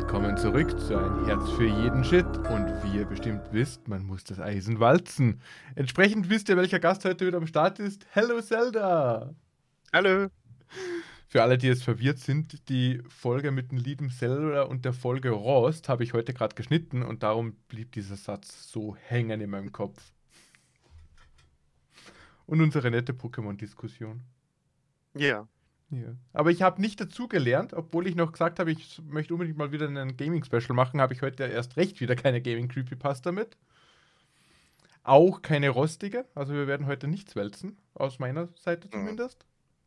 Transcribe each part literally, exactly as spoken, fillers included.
Willkommen zurück zu Ein Herz für jeden Shit. Und wie ihr bestimmt wisst, man muss das Eisen walzen. Entsprechend wisst ihr, welcher Gast heute wieder am Start ist. Hello Zelda! Hallo! Für alle, die jetzt verwirrt sind, die Folge mit dem lieben Zelda und der Folge Rost habe ich heute gerade geschnitten und darum blieb dieser Satz so hängen in meinem Kopf. Und unsere nette Pokémon-Diskussion. Ja. Ja. Aber ich habe nicht dazugelernt, obwohl ich noch gesagt habe, ich möchte unbedingt mal wieder einen Gaming-Special machen, habe ich heute erst recht wieder keine Gaming-Creepypasta mit. Auch keine rostige, also wir werden heute nichts wälzen, aus meiner Seite zumindest.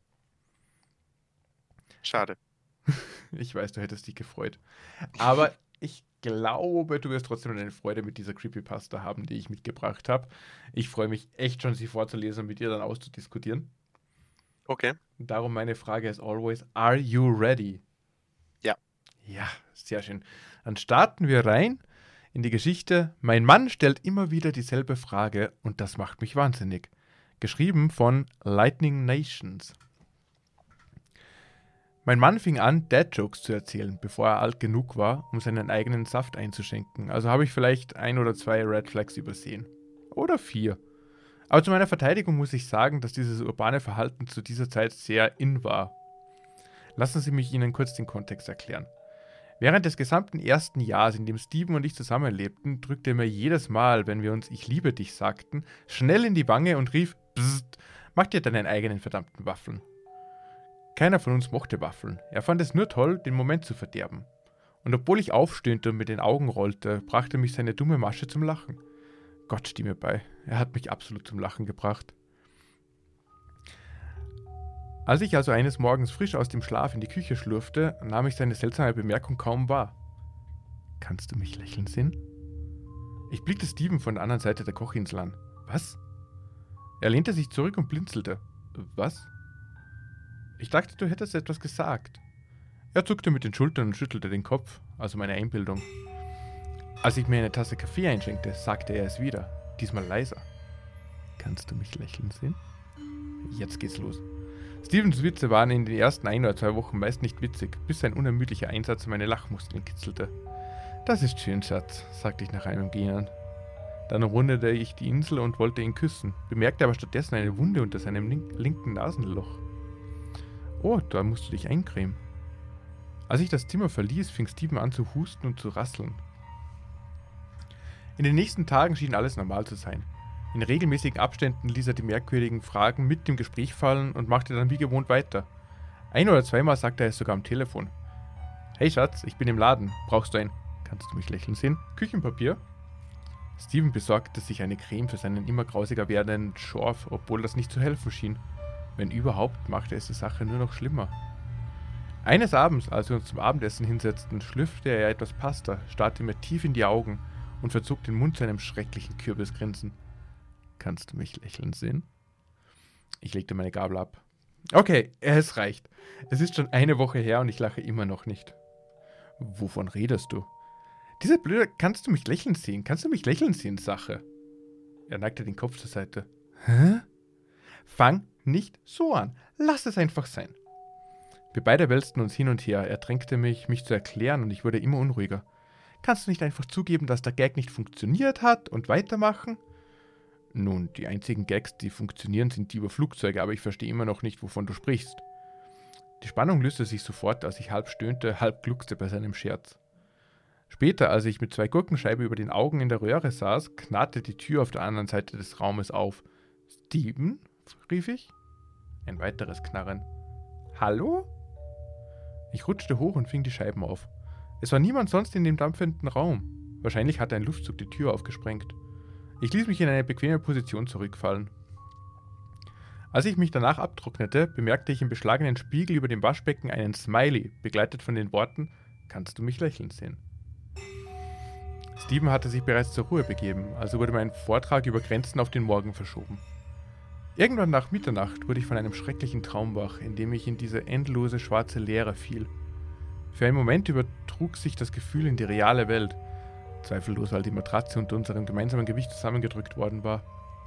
Schade. Ich weiß, du hättest dich gefreut. Aber ich glaube, du wirst trotzdem eine Freude mit dieser Creepypasta haben, die ich mitgebracht habe. Ich freue mich echt schon, sie vorzulesen und mit dir dann auszudiskutieren. Okay. Darum meine Frage as always, are you ready? Ja. Ja, sehr schön. Dann starten wir rein in die Geschichte. Mein Mann stellt immer wieder dieselbe Frage und das macht mich wahnsinnig. Geschrieben von Lightning Nations. Mein Mann fing an, Dad-Jokes zu erzählen, bevor er alt genug war, um seinen eigenen Saft einzuschenken. Also habe ich vielleicht ein oder zwei Red Flags übersehen. Oder vier. Aber zu meiner Verteidigung muss ich sagen, dass dieses urbane Verhalten zu dieser Zeit sehr in war. Lassen Sie mich Ihnen kurz den Kontext erklären. Während des gesamten ersten Jahres, in dem Steven und ich zusammenlebten, drückte er mir jedes Mal, wenn wir uns Ich liebe dich sagten, schnell in die Wange und rief, Psst, mach dir deinen eigenen verdammten Waffeln. Keiner von uns mochte Waffeln. Er fand es nur toll, den Moment zu verderben. Und obwohl ich aufstöhnte und mit den Augen rollte, brachte mich seine dumme Masche zum Lachen. Gott steh mir bei. Er hat mich absolut zum Lachen gebracht. Als ich also eines Morgens frisch aus dem Schlaf in die Küche schlurfte, nahm ich seine seltsame Bemerkung kaum wahr. Kannst du mich lächeln sehen? Ich blickte Steven von der anderen Seite der Kochinsel an. Was? Er lehnte sich zurück und blinzelte. Was? Ich dachte, du hättest etwas gesagt. Er zuckte mit den Schultern und schüttelte den Kopf, also meine Einbildung. Als ich mir eine Tasse Kaffee einschenkte, sagte er es wieder, diesmal leiser. Kannst du mich lächeln sehen? Jetzt geht's los. Stevens Witze waren in den ersten ein oder zwei Wochen meist nicht witzig, bis sein unermüdlicher Einsatz meine Lachmuskeln kitzelte. Das ist schön, Schatz, sagte ich nach einem Gähnen. Dann rundete ich die Insel und wollte ihn küssen, bemerkte aber stattdessen eine Wunde unter seinem link- linken Nasenloch. Oh, da musst du dich eincremen. Als ich das Zimmer verließ, fing Steven an zu husten und zu rasseln. In den nächsten Tagen schien alles normal zu sein. In regelmäßigen Abständen ließ er die merkwürdigen Fragen mit dem Gespräch fallen und machte dann wie gewohnt weiter. Ein oder zweimal sagte er es sogar am Telefon. Hey Schatz, ich bin im Laden. Brauchst du ein, kannst du mich lächeln sehen, Küchenpapier? Steven besorgte sich eine Creme für seinen immer grausiger werdenden Schorf, obwohl das nicht zu helfen schien. Wenn überhaupt, machte es die Sache nur noch schlimmer. Eines Abends, als wir uns zum Abendessen hinsetzten, schlürfte er etwas Pasta, starrte mir tief in die Augen und verzog den Mund zu einem schrecklichen Kürbisgrinsen. Kannst du mich lächeln sehen? Ich legte meine Gabel ab. Okay, es reicht. Es ist schon eine Woche her und ich lache immer noch nicht. Wovon redest du? Diese blöde Kannst du mich lächeln sehen? Kannst du mich lächeln sehen? Sache. Er neigte den Kopf zur Seite. Hä? Fang nicht so an. Lass es einfach sein. Wir beide wälzten uns hin und her. Er drängte mich, mich zu erklären und ich wurde immer unruhiger. Kannst du nicht einfach zugeben, dass der Gag nicht funktioniert hat und weitermachen? Nun, die einzigen Gags, die funktionieren, sind die über Flugzeuge, aber ich verstehe immer noch nicht, wovon du sprichst. Die Spannung löste sich sofort, als ich halb stöhnte, halb gluckste bei seinem Scherz. Später, als ich mit zwei Gurkenscheiben über den Augen in der Röhre saß, knarrte die Tür auf der anderen Seite des Raumes auf. »Steven?« rief ich. Ein weiteres Knarren. »Hallo?« Ich rutschte hoch und fing die Scheiben auf. Es war niemand sonst in dem dampfenden Raum. Wahrscheinlich hatte ein Luftzug die Tür aufgesprengt. Ich ließ mich in eine bequeme Position zurückfallen. Als ich mich danach abtrocknete, bemerkte ich im beschlagenen Spiegel über dem Waschbecken einen Smiley, begleitet von den Worten, »Kannst du mich lächeln sehen?« Steven hatte sich bereits zur Ruhe begeben, also wurde mein Vortrag über Grenzen auf den Morgen verschoben. Irgendwann nach Mitternacht wurde ich von einem schrecklichen Traum wach, in dem ich in diese endlose schwarze Leere fiel. Für einen Moment übertrug sich das Gefühl in die reale Welt, zweifellos weil die Matratze unter unserem gemeinsamen Gewicht zusammengedrückt worden war.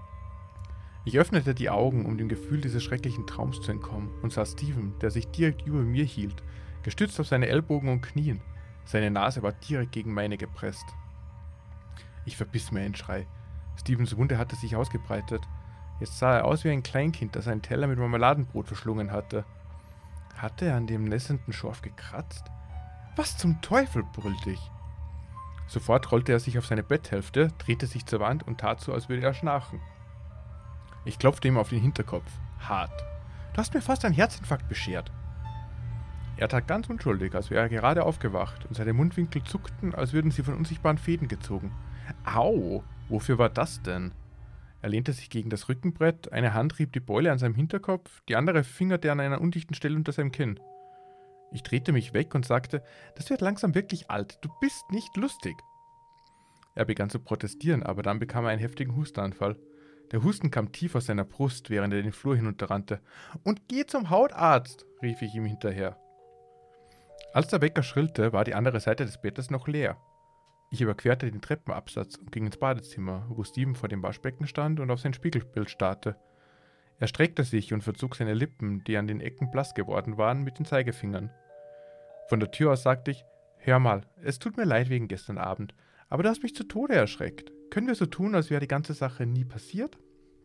Ich öffnete die Augen, um dem Gefühl dieses schrecklichen Traums zu entkommen, und sah Steven, der sich direkt über mir hielt, gestützt auf seine Ellbogen und Knien. Seine Nase war direkt gegen meine gepresst. Ich verbiss mir einen Schrei. Stevens Wunde hatte sich ausgebreitet. Jetzt sah er aus wie ein Kleinkind, das einen Teller mit Marmeladenbrot verschlungen hatte. Hatte er an dem nässenden Schorf gekratzt? Was zum Teufel, brüllte ich. Sofort rollte er sich auf seine Betthälfte, drehte sich zur Wand und tat so, als würde er schnarchen. Ich klopfte ihm auf den Hinterkopf. Hart. Du hast mir fast einen Herzinfarkt beschert. Er tat ganz unschuldig, als wäre er gerade aufgewacht, und seine Mundwinkel zuckten, als würden sie von unsichtbaren Fäden gezogen. Au! Wofür war das denn? Er lehnte sich gegen das Rückenbrett, eine Hand rieb die Beule an seinem Hinterkopf, die andere fingerte an einer undichten Stelle unter seinem Kinn. Ich drehte mich weg und sagte, das wird langsam wirklich alt, du bist nicht lustig. Er begann zu protestieren, aber dann bekam er einen heftigen Hustenanfall. Der Husten kam tief aus seiner Brust, während er den Flur hinunterrannte. Und geh zum Hautarzt, rief ich ihm hinterher. Als der Wecker schrillte, war die andere Seite des Bettes noch leer. Ich überquerte den Treppenabsatz und ging ins Badezimmer, wo Steven vor dem Waschbecken stand und auf sein Spiegelbild starrte. Er streckte sich und verzog seine Lippen, die an den Ecken blass geworden waren, mit den Zeigefingern. Von der Tür aus sagte ich, hör mal, es tut mir leid wegen gestern Abend, aber du hast mich zu Tode erschreckt. Können wir so tun, als wäre die ganze Sache nie passiert?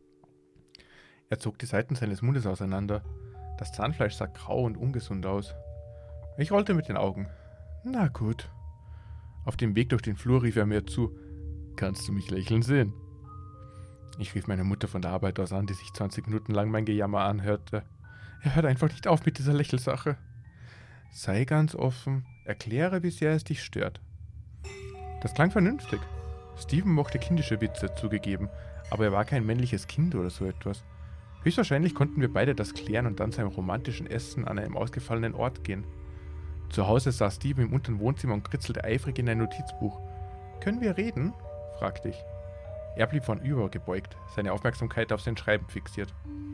Er zog die Seiten seines Mundes auseinander. Das Zahnfleisch sah grau und ungesund aus. Ich rollte mit den Augen. Na gut. Auf dem Weg durch den Flur rief er mir zu, kannst du mich lächeln sehen? Ich rief meine Mutter von der Arbeit aus an, die sich zwanzig Minuten lang mein Gejammer anhörte. Er hört einfach nicht auf mit dieser Lächelsache. Sei ganz offen, erkläre, wie sehr es dich stört. Das klang vernünftig. Steven mochte kindische Witze, zugegeben, aber er war kein männliches Kind oder so etwas. Höchstwahrscheinlich konnten wir beide das klären und dann zu einem romantischen Essen an einem ausgefallenen Ort gehen. Zu Hause saß Steven im unteren Wohnzimmer und kritzelte eifrig in ein Notizbuch. »Können wir reden?« fragte ich. Er blieb vornüber gebeugt, seine Aufmerksamkeit auf sein Schreiben fixiert.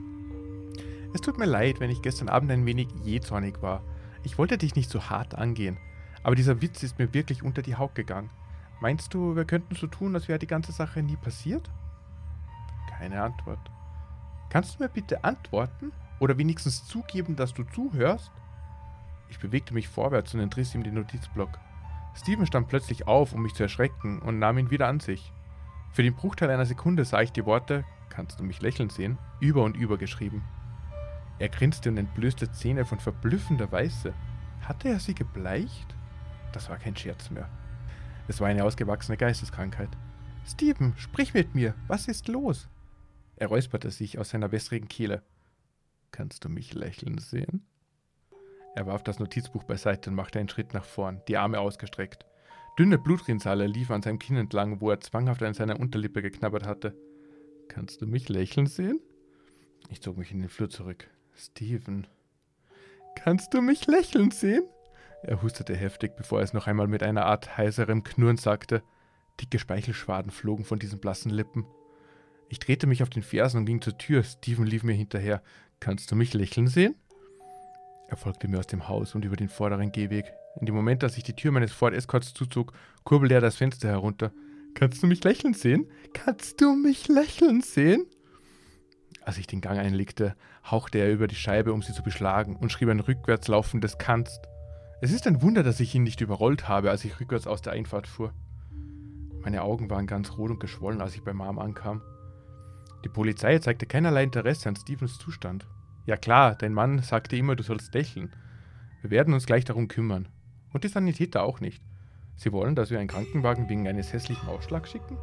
»Es tut mir leid, wenn ich gestern Abend ein wenig jähzornig war. Ich wollte dich nicht so hart angehen, aber dieser Witz ist mir wirklich unter die Haut gegangen. Meinst du, wir könnten so tun, als wäre die ganze Sache nie passiert?« Keine Antwort. »Kannst du mir bitte antworten? Oder wenigstens zugeben, dass du zuhörst?« Ich bewegte mich vorwärts und entriss ihm den Notizblock. Steven stand plötzlich auf, um mich zu erschrecken, und nahm ihn wieder an sich. Für den Bruchteil einer Sekunde sah ich die Worte, kannst du mich lächeln sehen, über und über geschrieben. Er grinste und entblößte Zähne von verblüffender Weiße. Hatte er sie gebleicht? Das war kein Scherz mehr. Es war eine ausgewachsene Geisteskrankheit. »Steven, sprich mit mir, was ist los?« Er räusperte sich aus seiner wässrigen Kehle. »Kannst du mich lächeln sehen?« Er warf das Notizbuch beiseite und machte einen Schritt nach vorn, die Arme ausgestreckt. Dünne Blutrinsale liefen an seinem Kinn entlang, wo er zwanghaft an seiner Unterlippe geknabbert hatte. »Kannst du mich lächeln sehen?« Ich zog mich in den Flur zurück. »Steven, kannst du mich lächeln sehen?« Er hustete heftig, bevor er es noch einmal mit einer Art heiserem Knurren sagte. Dicke Speichelschwaden flogen von diesen blassen Lippen. Ich drehte mich auf den Fersen und ging zur Tür. Steven lief mir hinterher. »Kannst du mich lächeln sehen?« Er folgte mir aus dem Haus und über den vorderen Gehweg. In dem Moment, als ich die Tür meines Ford Escorts zuzog, kurbelte er das Fenster herunter. »Kannst du mich lächeln sehen? Kannst du mich lächeln sehen?« Als ich den Gang einlegte, hauchte er über die Scheibe, um sie zu beschlagen, und schrieb ein rückwärts laufendes »Kannst«. Es ist ein Wunder, dass ich ihn nicht überrollt habe, als ich rückwärts aus der Einfahrt fuhr. Meine Augen waren ganz rot und geschwollen, als ich bei Mom ankam. Die Polizei zeigte keinerlei Interesse an Stevens Zustand. »Ja klar, dein Mann sagte immer, du sollst lächeln. Wir werden uns gleich darum kümmern. Und die Sanitäter auch nicht. Sie wollen, dass wir einen Krankenwagen wegen eines hässlichen Ausschlags schicken?«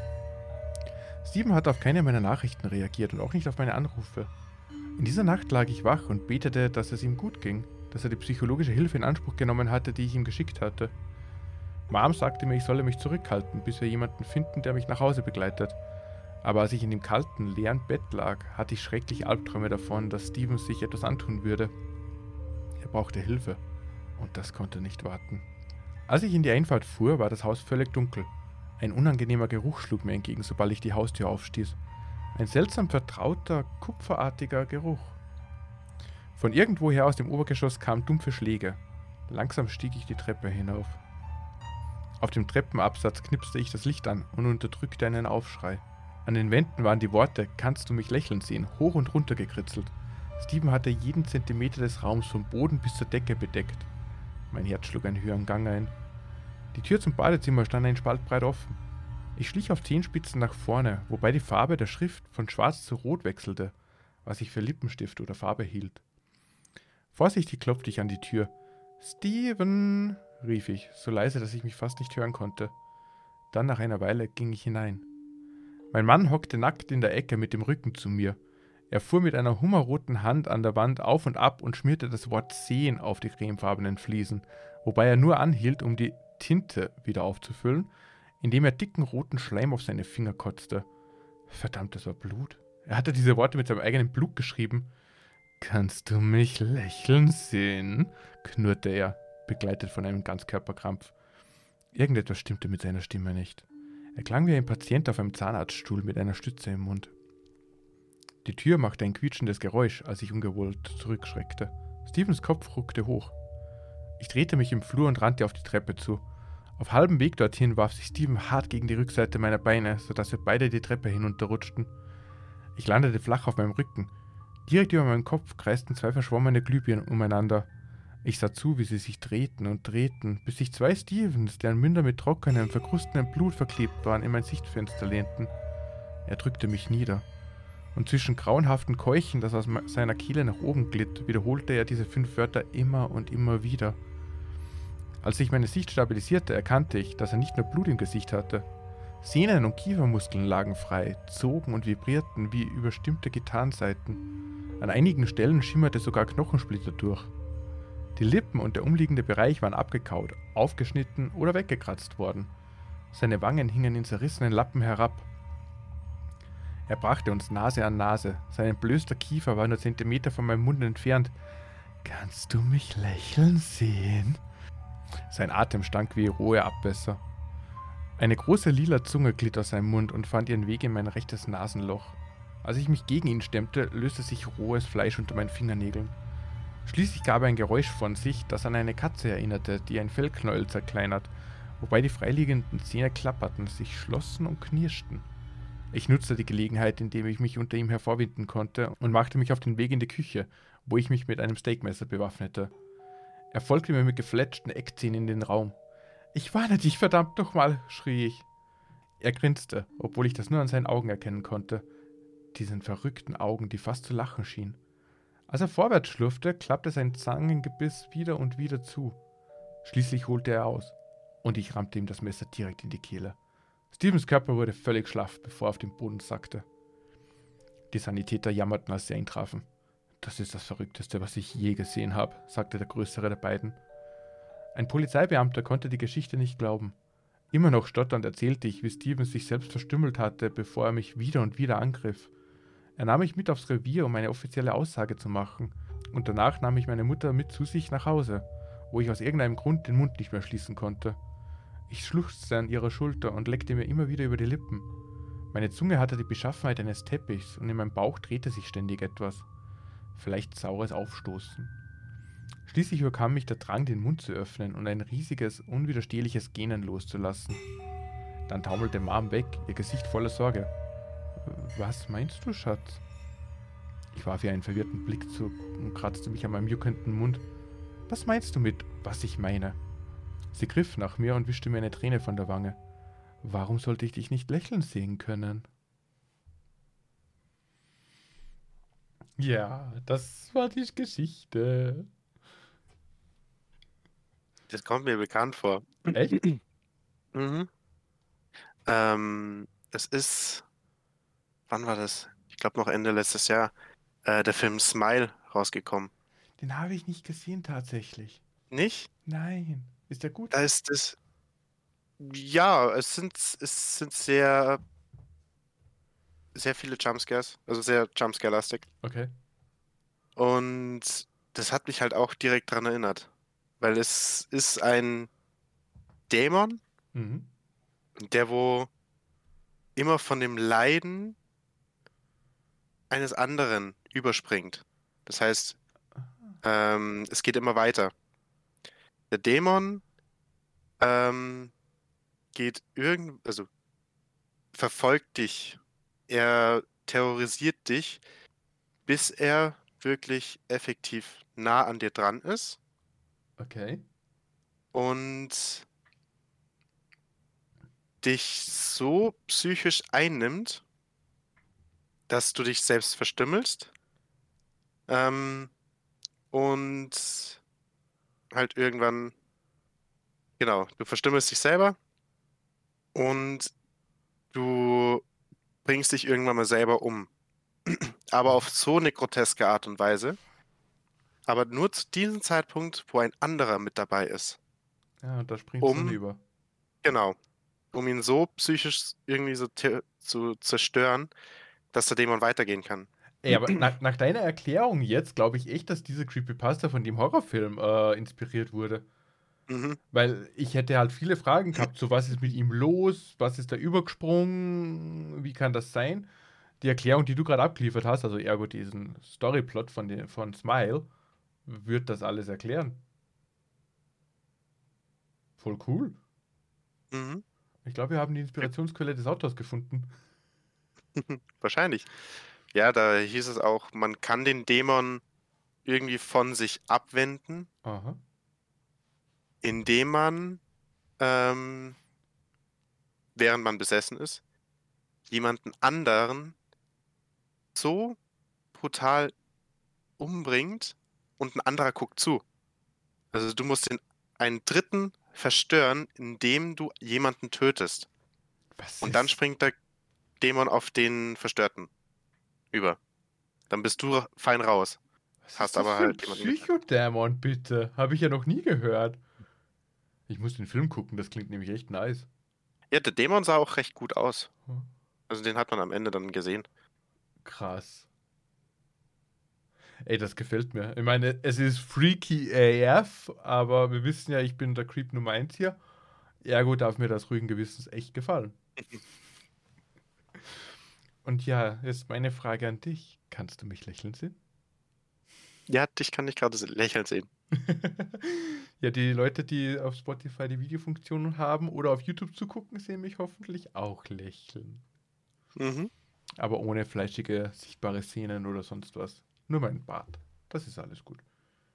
Steven hat auf keine meiner Nachrichten reagiert und auch nicht auf meine Anrufe. In dieser Nacht lag ich wach und betete, dass es ihm gut ging, dass er die psychologische Hilfe in Anspruch genommen hatte, die ich ihm geschickt hatte. Mom sagte mir, ich solle mich zurückhalten, bis wir jemanden finden, der mich nach Hause begleitet. Aber als ich in dem kalten, leeren Bett lag, hatte ich schreckliche Albträume davon, dass Steven sich etwas antun würde. Er brauchte Hilfe. Und das konnte nicht warten. Als ich in die Einfahrt fuhr, war das Haus völlig dunkel. Ein unangenehmer Geruch schlug mir entgegen, sobald ich die Haustür aufstieß. Ein seltsam vertrauter, kupferartiger Geruch. Von irgendwoher aus dem Obergeschoss kamen dumpfe Schläge. Langsam stieg ich die Treppe hinauf. Auf dem Treppenabsatz knipste ich das Licht an und unterdrückte einen Aufschrei. An den Wänden waren die Worte, kannst du mich lächeln sehen, hoch und runter gekritzelt. Steven hatte jeden Zentimeter des Raums vom Boden bis zur Decke bedeckt. Mein Herz schlug einen höheren Gang ein. Die Tür zum Badezimmer stand ein Spalt breit offen. Ich schlich auf Zehenspitzen nach vorne, wobei die Farbe der Schrift von schwarz zu rot wechselte, was ich für Lippenstift oder Farbe hielt. Vorsichtig klopfte ich an die Tür. »Steven«, rief ich, so leise, dass ich mich fast nicht hören konnte. Dann nach einer Weile ging ich hinein. Mein Mann hockte nackt in der Ecke mit dem Rücken zu mir. Er fuhr mit einer hummerroten Hand an der Wand auf und ab und schmierte das Wort Sehen auf die cremefarbenen Fliesen, wobei er nur anhielt, um die Tinte wieder aufzufüllen, indem er dicken roten Schleim auf seine Finger kotzte. Verdammt, das war Blut. Er hatte diese Worte mit seinem eigenen Blut geschrieben. »Kannst du mich lächeln sehen?« knurrte er, begleitet von einem Ganzkörperkrampf. Irgendetwas stimmte mit seiner Stimme nicht. Er klang wie ein Patient auf einem Zahnarztstuhl mit einer Stütze im Mund. Die Tür machte ein quietschendes Geräusch, als ich ungewollt zurückschreckte. Stevens Kopf ruckte hoch. Ich drehte mich im Flur und rannte auf die Treppe zu. Auf halbem Weg dorthin warf sich Steven hart gegen die Rückseite meiner Beine, sodass wir beide die Treppe hinunterrutschten. Ich landete flach auf meinem Rücken. Direkt über meinem Kopf kreisten zwei verschwommene Glühbirnen umeinander. Ich sah zu, wie sie sich drehten und drehten, bis sich zwei Stevens, deren Münder mit trockenem, verkrustenem Blut verklebt waren, in mein Sichtfenster lehnten. Er drückte mich nieder. Und zwischen grauenhaften Keuchen, das aus seiner Kehle nach oben glitt, wiederholte er diese fünf Wörter immer und immer wieder. Als sich meine Sicht stabilisierte, erkannte ich, dass er nicht nur Blut im Gesicht hatte. Sehnen und Kiefermuskeln lagen frei, zogen und vibrierten wie überstimmte Gitarrensaiten. An einigen Stellen schimmerte sogar Knochensplitter durch. Die Lippen und der umliegende Bereich waren abgekaut, aufgeschnitten oder weggekratzt worden. Seine Wangen hingen in zerrissenen Lappen herab. Er brachte uns Nase an Nase. Sein entblößter Kiefer war nur Zentimeter von meinem Mund entfernt. »Kannst du mich lächeln sehen?« Sein Atem stank wie rohe Abwässer. Eine große lila Zunge glitt aus seinem Mund und fand ihren Weg in mein rechtes Nasenloch. Als ich mich gegen ihn stemmte, löste sich rohes Fleisch unter meinen Fingernägeln. Schließlich gab er ein Geräusch von sich, das an eine Katze erinnerte, die ein Fellknäuel zerkleinert, wobei die freiliegenden Zähne klapperten, sich schlossen und knirschten. Ich nutzte die Gelegenheit, indem ich mich unter ihm hervorwinden konnte, und machte mich auf den Weg in die Küche, wo ich mich mit einem Steakmesser bewaffnete. Er folgte mir mit gefletschten Eckzähnen in den Raum. »Ich warne dich, verdammt nochmal«, schrie ich. Er grinste, obwohl ich das nur an seinen Augen erkennen konnte. Diesen verrückten Augen, die fast zu lachen schienen. Als er vorwärts schlurfte, klappte sein Zangengebiss wieder und wieder zu. Schließlich holte er aus, und ich rammte ihm das Messer direkt in die Kehle. Stevens Körper wurde völlig schlaff, bevor er auf den Boden sackte. Die Sanitäter jammerten, als sie eintrafen. »Das ist das Verrückteste, was ich je gesehen habe«, sagte der größere der beiden. Ein Polizeibeamter konnte die Geschichte nicht glauben. Immer noch stotternd erzählte ich, wie Stevens sich selbst verstümmelt hatte, bevor er mich wieder und wieder angriff. Er nahm mich mit aufs Revier, um eine offizielle Aussage zu machen, und danach nahm ich meine Mutter mit zu sich nach Hause, wo ich aus irgendeinem Grund den Mund nicht mehr schließen konnte. Ich schluchzte an ihrer Schulter und leckte mir immer wieder über die Lippen. Meine Zunge hatte die Beschaffenheit eines Teppichs und in meinem Bauch drehte sich ständig etwas. Vielleicht saures Aufstoßen. Schließlich überkam mich der Drang, den Mund zu öffnen und ein riesiges, unwiderstehliches Gähnen loszulassen. Dann taumelte Mom weg, ihr Gesicht voller Sorge. »Was meinst du, Schatz?« Ich warf ihr einen verwirrten Blick zu und kratzte mich an meinem juckenden Mund. »Was meinst du mit, was ich meine?« Sie griff nach mir und wischte mir eine Träne von der Wange. »Warum sollte ich dich nicht lächeln sehen können?« Ja, das war die Geschichte. Das kommt mir bekannt vor. Echt? Mhm. Ähm, es ist, wann war das? Ich glaube noch Ende letztes Jahr, äh, der Film Smile rausgekommen. Den habe ich nicht gesehen tatsächlich. Nicht? Nein. Ist der gut? Da ist es, ja, es sind, es sind sehr, sehr viele Jumpscares, also sehr Jumpscare-lastig. Okay. Und das hat mich halt auch direkt dran erinnert, weil es ist ein Dämon, Mhm. der wo immer von dem Leiden eines anderen überspringt. Das heißt, ähm, es geht immer weiter. Der Dämon ähm, geht irgend, also verfolgt dich. Er terrorisiert dich, bis er wirklich effektiv nah an dir dran ist. Okay. Und dich so psychisch einnimmt, dass du dich selbst verstümmelst ähm, und halt irgendwann, genau, du verstümmelst dich selber und du bringst dich irgendwann mal selber um. Aber auf so eine groteske Art und Weise. Aber nur zu diesem Zeitpunkt, wo ein anderer mit dabei ist. Ja, und da springt's dann Um, über. genau, um ihn so psychisch irgendwie so te- zu zerstören, dass der Dämon weitergehen kann. Ey, aber nach, nach deiner Erklärung jetzt glaube ich echt, dass dieser Creepypasta von dem Horrorfilm äh, inspiriert wurde. Mhm. Weil ich hätte halt viele Fragen gehabt, so was ist mit ihm los, was ist da übergesprungen, wie kann das sein? Die Erklärung, die du gerade abgeliefert hast, also ergo diesen Storyplot von, den, von Smile, wird das alles erklären. Voll cool. Mhm. Ich glaube, wir haben die Inspirationsquelle des Autors gefunden. Wahrscheinlich. Ja, da hieß es auch, man kann den Dämon irgendwie von sich abwenden, Aha. indem man, ähm, während man besessen ist, jemanden anderen so brutal umbringt und ein anderer guckt zu. Also du musst den einen Dritten verstören, indem du jemanden tötest. Was Und dann ist, springt der Dämon auf den Verstörten über. Dann bist du fein raus. was ist Hast das aber für ein halt jemanden getötet. Psychodämon, bitte? Habe ich ja noch nie gehört. Ich muss den Film gucken, das klingt nämlich echt nice. Ja, der Dämon sah auch recht gut aus. Hm. Also den hat man am Ende dann gesehen. Krass. Ey, das gefällt mir. Ich meine, es ist freaky A F, aber wir wissen ja, ich bin der Creep Nummer eins hier. Ergo darf mir das ruhigen Gewissens echt gefallen. Und ja, jetzt meine Frage an dich. Kannst du mich lächeln sehen? Ja, dich kann ich gerade lächeln sehen. Ja, die Leute, die auf Spotify die Videofunktion haben oder auf YouTube zugucken, sehen mich hoffentlich auch lächeln. Mhm. Aber ohne fleischige, sichtbare Szenen oder sonst was. Nur mein Bart. Das ist alles gut.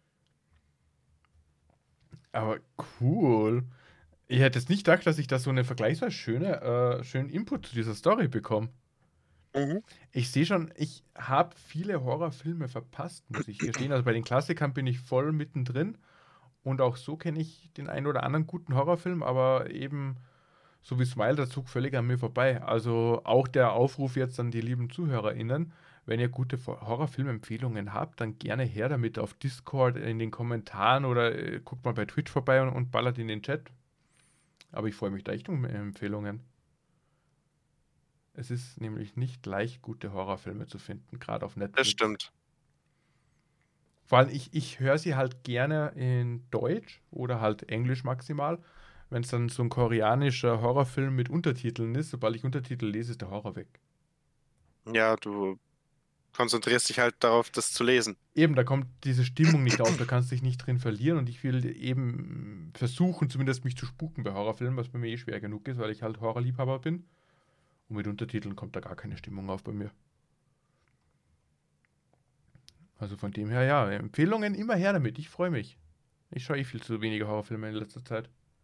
Aber cool. Ich hätte jetzt nicht gedacht, dass ich da so eine vergleichsweise schöne, äh, schönen Input zu dieser Story bekomme. Mhm. Ich sehe schon, ich habe viele Horrorfilme verpasst, muss ich gestehen. Also bei den Klassikern bin ich voll mittendrin. Und auch so kenne ich den einen oder anderen guten Horrorfilm, aber eben so wie Smile, der Zug völlig an mir vorbei. Also auch der Aufruf jetzt an die lieben ZuhörerInnen, wenn ihr gute Fo- Horrorfilmempfehlungen habt, dann gerne her damit auf Discord, in den Kommentaren oder äh, guckt mal bei Twitch vorbei und, und ballert in den Chat. Aber ich freue mich da echt um Empfehlungen. Es ist nämlich nicht leicht, gute Horrorfilme zu finden, gerade auf Das Netflix. stimmt. Vor allem, ich, ich höre sie halt gerne in Deutsch oder halt Englisch maximal. Wenn es dann so ein koreanischer Horrorfilm mit Untertiteln ist, sobald ich Untertitel lese, ist der Horror weg. Ja, du konzentrierst dich halt darauf, das zu lesen. Eben, da kommt diese Stimmung nicht auf, da kannst du dich nicht drin verlieren und ich will eben versuchen, zumindest mich zu spuken bei Horrorfilmen, was bei mir eh schwer genug ist, weil ich halt Horrorliebhaber bin. Und mit Untertiteln kommt da gar keine Stimmung auf bei mir. Also von dem her, ja, Empfehlungen immer her damit, ich freue mich. Ich schaue eh viel zu wenige Horrorfilme in letzter Zeit.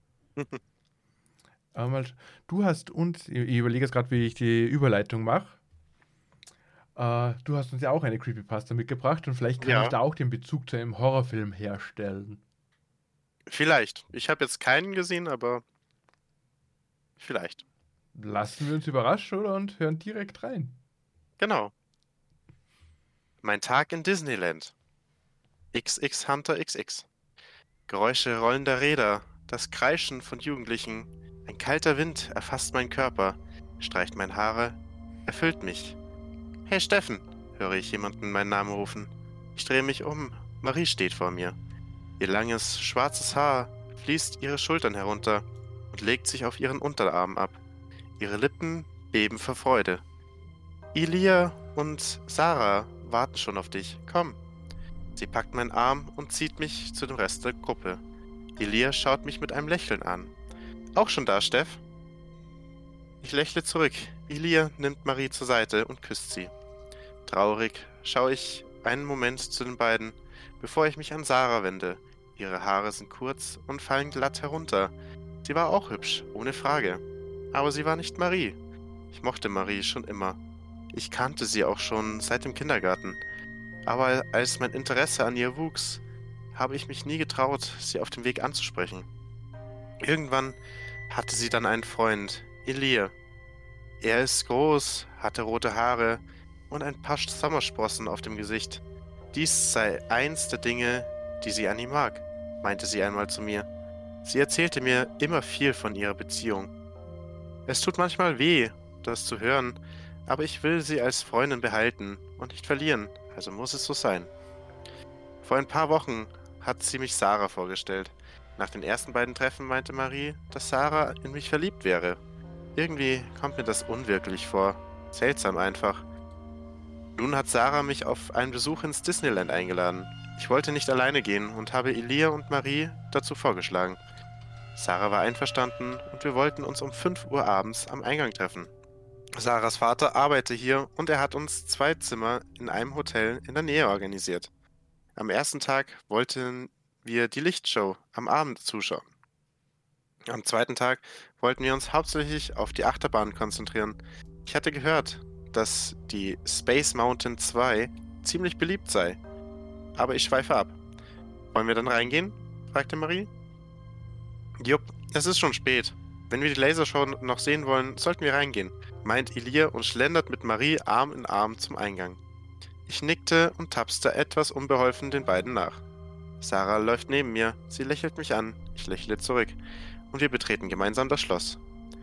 Aber mal, du hast uns, ich überlege jetzt gerade, wie ich die Überleitung mache. Äh, du hast uns ja auch eine Creepypasta mitgebracht und vielleicht kann ich Ja, da auch den Bezug zu einem Horrorfilm herstellen. vielleicht. Ich habe jetzt keinen gesehen, aber vielleicht. Lassen wir uns überraschen, oder? Und hören direkt rein. Genau. Mein Tag in Disneyland. X X Hunter X X. Geräusche rollender Räder, das Kreischen von Jugendlichen. Ein kalter Wind erfasst meinen Körper, streicht meine Haare, erfüllt mich. Hey Steffen, höre ich jemanden meinen Namen rufen. Ich drehe mich um. Marie steht vor mir. Ihr langes, schwarzes Haar fließt ihre Schultern herunter und legt sich auf ihren Unterarm ab. Ihre Lippen beben vor Freude. Ilia und Sarah warten schon auf dich. Komm. Sie packt meinen Arm und zieht mich zu dem Rest der Gruppe. Ilia schaut mich mit einem Lächeln an. Auch schon da, Steff? Ich lächle zurück. Ilia nimmt Marie zur Seite und küsst sie. Traurig schaue ich einen Moment zu den beiden, bevor ich mich an Sarah wende. Ihre Haare sind kurz und fallen glatt herunter. Sie war auch hübsch, ohne Frage. Aber sie war nicht Marie. Ich mochte Marie schon immer. Ich kannte sie auch schon seit dem Kindergarten. Aber als mein Interesse an ihr wuchs, habe ich mich nie getraut, sie auf dem Weg anzusprechen. Irgendwann hatte sie dann einen Freund, Elir. Er ist groß, hatte rote Haare und ein paar Sommersprossen auf dem Gesicht. Dies sei eins der Dinge, die sie an ihm mag, meinte sie einmal zu mir. Sie erzählte mir immer viel von ihrer Beziehung. Es tut manchmal weh, das zu hören, aber ich will sie als Freundin behalten und nicht verlieren, also muss es so sein. Vor ein paar Wochen hat sie mich Sarah vorgestellt. Nach den ersten beiden Treffen meinte Marie, dass Sarah in mich verliebt wäre. Irgendwie kommt mir das unwirklich vor. Seltsam einfach. Nun hat Sarah mich auf einen Besuch ins Disneyland eingeladen. Ich wollte nicht alleine gehen und habe Elia und Marie dazu vorgeschlagen. Sarah war einverstanden und wir wollten uns um fünf Uhr abends am Eingang treffen. Sarahs Vater arbeitet hier und er hat uns zwei Zimmer in einem Hotel in der Nähe organisiert. Am ersten Tag wollten wir die Lichtshow am Abend zuschauen. Am zweiten Tag wollten wir uns hauptsächlich auf die Achterbahn konzentrieren. Ich hatte gehört, dass die Space Mountain zwei ziemlich beliebt sei. Aber ich schweife ab. Wollen wir dann reingehen? Fragte Marie. Jupp, es ist schon spät. Wenn wir die Lasershow noch sehen wollen, sollten wir reingehen, meint Elia und schlendert mit Marie Arm in Arm zum Eingang. Ich nickte und tapste etwas unbeholfen den beiden nach. Sarah läuft neben mir, sie lächelt mich an, ich lächle zurück und wir betreten gemeinsam das Schloss.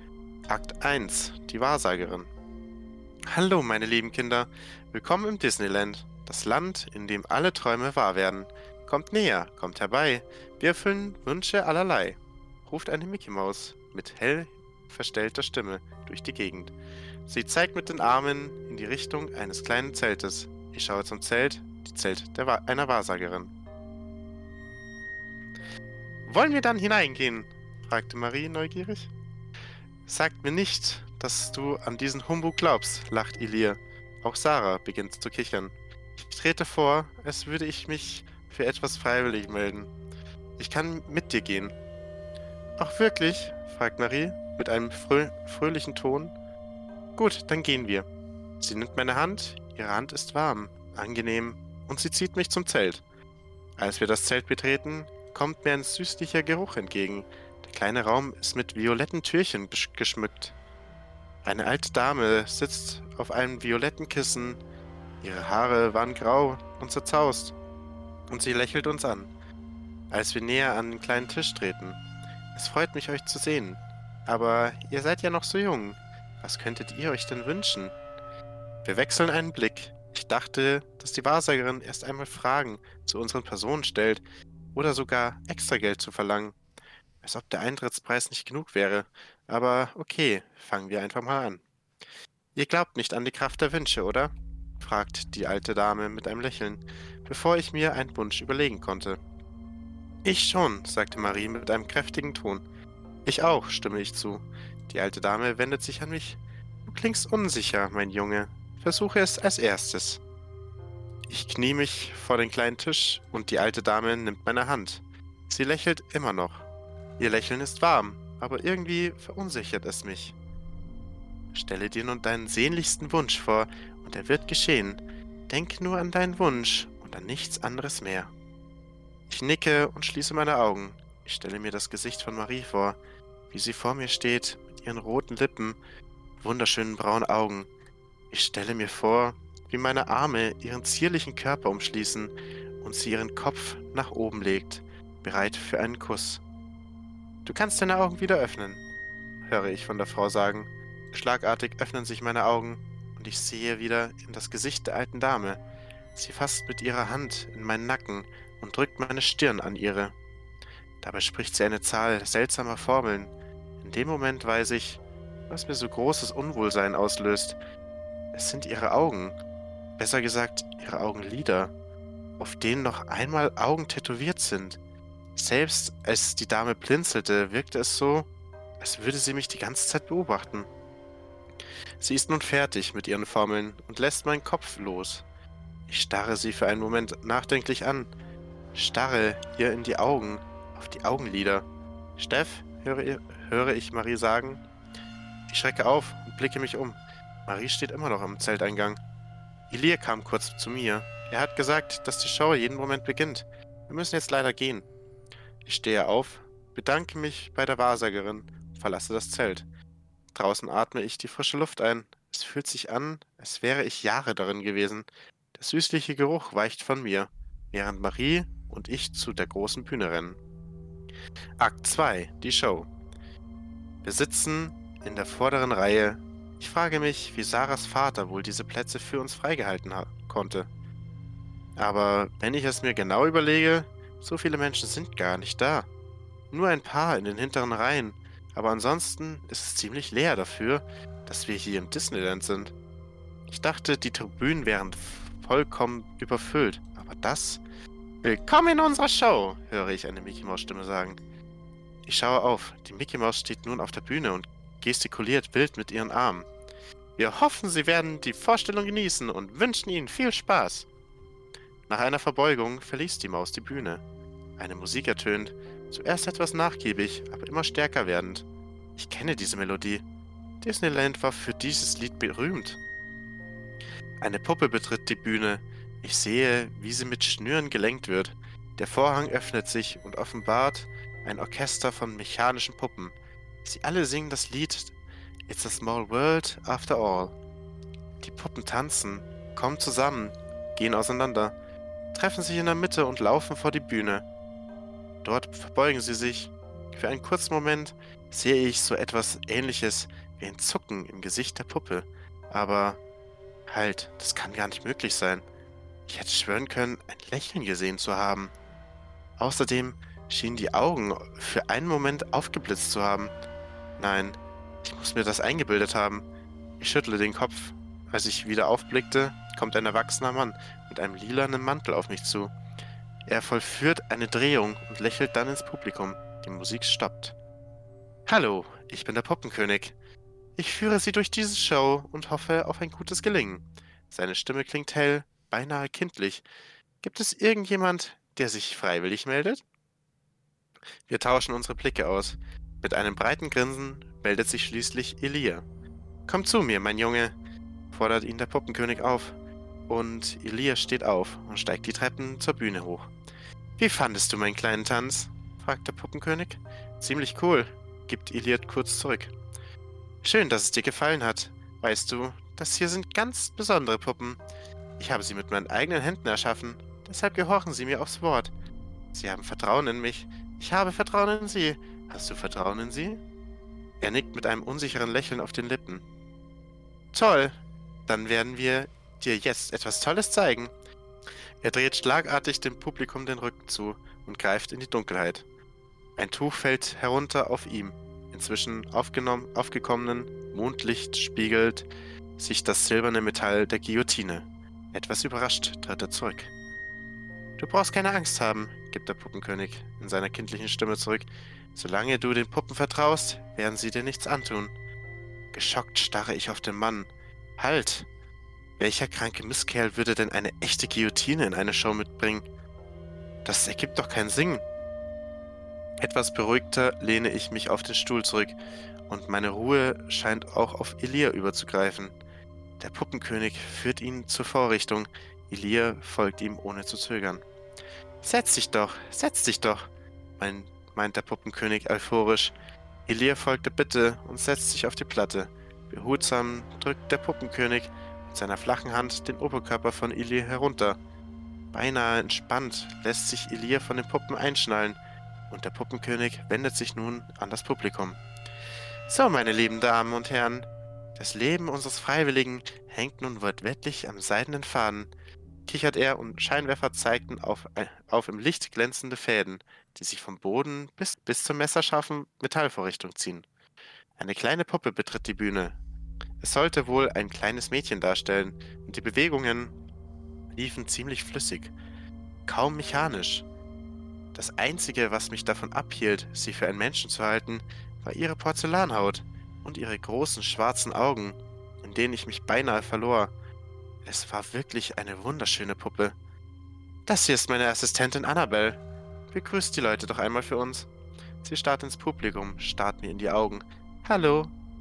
Akt eins, die Wahrsagerin. Hallo meine lieben Kinder, willkommen im Disneyland, das Land, in dem alle Träume wahr werden. Kommt näher, kommt herbei, wir erfüllen Wünsche allerlei, ruft eine Mickey Maus mit hell verstellter Stimme durch die Gegend. Sie zeigt mit den Armen in die Richtung eines kleinen Zeltes. Ich schaue zum Zelt, die Zelt der Wa- einer Wahrsagerin. Wollen wir dann hineingehen? Fragte Marie neugierig. Sagt mir nicht, dass du an diesen Humbug glaubst, lacht Elia. Auch Sarah beginnt zu kichern. Ich trete vor, als würde ich mich für etwas freiwillig melden. Ich kann mit dir gehen. Ach wirklich? Fragt Marie mit einem frö fröhlichen Ton. Gut, dann gehen wir. Sie nimmt meine Hand, ihre Hand ist warm, angenehm und sie zieht mich zum Zelt. Als wir das Zelt betreten, kommt mir ein süßlicher Geruch entgegen. Der kleine Raum ist mit violetten Türchen geschmückt. Eine alte Dame sitzt auf einem violetten Kissen. Ihre Haare waren grau und zerzaust. Und sie lächelt uns an, als wir näher an den kleinen Tisch treten. Es freut mich, euch zu sehen. Aber ihr seid ja noch so jung. Was könntet ihr euch denn wünschen? Wir wechseln einen Blick. Ich dachte, dass die Wahrsagerin erst einmal Fragen zu unseren Personen stellt oder sogar extra Geld zu verlangen. Als ob der Eintrittspreis nicht genug wäre. Aber okay, fangen wir einfach mal an. Ihr glaubt nicht an die Kraft der Wünsche, oder? Fragt die alte Dame mit einem Lächeln, bevor ich mir einen Wunsch überlegen konnte. Ich schon, sagte Marie mit einem kräftigen Ton. Ich auch, stimme ich zu. Die alte Dame wendet sich an mich. Du klingst unsicher, mein Junge. Versuche es als erstes. Ich knie mich vor den kleinen Tisch und die alte Dame nimmt meine Hand. Sie lächelt immer noch. Ihr Lächeln ist warm, aber irgendwie verunsichert es mich. Stelle dir nun deinen sehnlichsten Wunsch vor und er wird geschehen. Denk nur an deinen Wunsch und an nichts anderes mehr. Ich nicke und schließe meine Augen. Ich stelle mir das Gesicht von Marie vor, wie sie vor mir steht, mit ihren roten Lippen, wunderschönen braunen Augen. Ich stelle mir vor, wie meine Arme ihren zierlichen Körper umschließen und sie ihren Kopf nach oben legt, bereit für einen Kuss. Du kannst deine Augen wieder öffnen, höre ich von der Frau sagen. Schlagartig öffnen sich meine Augen und ich sehe wieder in das Gesicht der alten Dame. Sie fasst mit ihrer Hand in meinen Nacken und drückt meine Stirn an ihre. Dabei spricht sie eine Zahl seltsamer Formeln. In dem Moment weiß ich, was mir so großes Unwohlsein auslöst. Es sind ihre Augen, besser gesagt ihre Augenlider, auf denen noch einmal Augen tätowiert sind. Selbst als die Dame blinzelte, wirkte es so, als würde sie mich die ganze Zeit beobachten. Sie ist nun fertig mit ihren Formeln und lässt meinen Kopf los. Ich starre sie für einen Moment nachdenklich an, starre ihr in die Augen, auf die Augenlider. Steff, höre, höre ich Marie sagen. Ich schrecke auf und blicke mich um. Marie steht immer noch am Zelteingang. Ilir kam kurz zu mir. Er hat gesagt, dass die Show jeden Moment beginnt. Wir müssen jetzt leider gehen. Ich stehe auf, bedanke mich bei der Wahrsagerin und verlasse das Zelt. Draußen atme ich die frische Luft ein. Es fühlt sich an, als wäre ich Jahre darin gewesen. Der süßliche Geruch weicht von mir, während Marie und ich zu der großen Bühne rennen. Akt zwei, die Show. Wir sitzen in der vorderen Reihe. Ich frage mich, wie Sarahs Vater wohl diese Plätze für uns freigehalten ha- konnte. Aber wenn ich es mir genau überlege, so viele Menschen sind gar nicht da. Nur ein paar in den hinteren Reihen, aber ansonsten ist es ziemlich leer dafür, dass wir hier im Disneyland sind. Ich dachte, die Tribünen wären vollkommen überfüllt, aber das... Willkommen in unserer Show, höre ich eine Mickey-Maus-Stimme sagen. Ich schaue auf, die Mickey-Maus steht nun auf der Bühne und gestikuliert wild mit ihren Armen. Wir hoffen, Sie werden die Vorstellung genießen und wünschen Ihnen viel Spaß. Nach einer Verbeugung verließ die Maus die Bühne. Eine Musik ertönt, zuerst etwas nachgiebig, aber immer stärker werdend. Ich kenne diese Melodie. Disneyland war für dieses Lied berühmt. Eine Puppe betritt die Bühne. Ich sehe, wie sie mit Schnüren gelenkt wird. Der Vorhang öffnet sich und offenbart ein Orchester von mechanischen Puppen. Sie alle singen das Lied It's a Small World After All. Die Puppen tanzen, kommen zusammen, gehen auseinander, treffen sich in der Mitte und laufen vor die Bühne. Dort verbeugen sie sich. Für einen kurzen Moment sehe ich so etwas Ähnliches wie ein Zucken im Gesicht der Puppe. Aber halt, das kann gar nicht möglich sein. Ich hätte schwören können, ein Lächeln gesehen zu haben. Außerdem schienen die Augen für einen Moment aufgeblitzt zu haben. Nein, ich muss mir das eingebildet haben. Ich schüttle den Kopf. Als ich wieder aufblickte, kommt ein erwachsener Mann mit einem lilanen Mantel auf mich zu. Er vollführt eine Drehung und lächelt dann ins Publikum. Die Musik stoppt. Hallo, ich bin der Puppenkönig. Ich führe Sie durch diese Show und hoffe auf ein gutes Gelingen. Seine Stimme klingt hell, beinahe kindlich. Gibt es irgendjemand, der sich freiwillig meldet? Wir tauschen unsere Blicke aus. Mit einem breiten Grinsen meldet sich schließlich Ilir. Komm zu mir, mein Junge, fordert ihn der Puppenkönig auf. Und Ilir steht auf und steigt die Treppen zur Bühne hoch. Wie fandest du meinen kleinen Tanz? Fragt der Puppenkönig. Ziemlich cool, gibt Ilir kurz zurück. Schön, dass es dir gefallen hat. Weißt du, das hier sind ganz besondere Puppen. Ich habe sie mit meinen eigenen Händen erschaffen. Deshalb gehorchen sie mir aufs Wort. Sie haben Vertrauen in mich. Ich habe Vertrauen in sie. Hast du Vertrauen in sie? Er nickt mit einem unsicheren Lächeln auf den Lippen. Toll, dann werden wir dir jetzt etwas Tolles zeigen. Er dreht schlagartig dem Publikum den Rücken zu und greift in die Dunkelheit. Ein Tuch fällt herunter auf ihm. Inzwischen aufgenommen, aufgekommenen Mondlicht spiegelt sich das silberne Metall der Guillotine. Etwas überrascht tritt er zurück. Du brauchst keine Angst haben, gibt der Puppenkönig in seiner kindlichen Stimme zurück. Solange du den Puppen vertraust, werden sie dir nichts antun. Geschockt starre ich auf den Mann. Halt! Welcher kranke Mistkerl würde denn eine echte Guillotine in eine Show mitbringen? Das ergibt doch keinen Sinn. Etwas beruhigter lehne ich mich auf den Stuhl zurück und meine Ruhe scheint auch auf Ilir überzugreifen. Der Puppenkönig führt ihn zur Vorrichtung. Ilir folgt ihm ohne zu zögern. Setz dich doch, setz dich doch, mein, meint der Puppenkönig euphorisch. Ilir folgt der Bitte und setzt sich auf die Platte. Behutsam drückt der Puppenkönig mit seiner flachen Hand den Oberkörper von Ilir herunter. Beinahe entspannt lässt sich Ilir von den Puppen einschnallen und der Puppenkönig wendet sich nun an das Publikum. So, meine lieben Damen und Herren, das Leben unseres Freiwilligen hängt nun wortwörtlich am seidenen Faden, kichert er und Scheinwerfer zeigten auf, auf im Licht glänzende Fäden, die sich vom Boden bis, bis zur messerscharfen Metallvorrichtung ziehen. Eine kleine Puppe betritt die Bühne. Es sollte wohl ein kleines Mädchen darstellen und die Bewegungen liefen ziemlich flüssig, kaum mechanisch. Das Einzige, was mich davon abhielt, sie für einen Menschen zu halten, war ihre Porzellanhaut und ihre großen schwarzen Augen, in denen ich mich beinahe verlor. Es war wirklich eine wunderschöne Puppe. Das hier ist meine Assistentin Annabelle. Begrüßt die Leute doch einmal für uns. Sie starrt ins Publikum, starrt mir in die Augen. Hallo.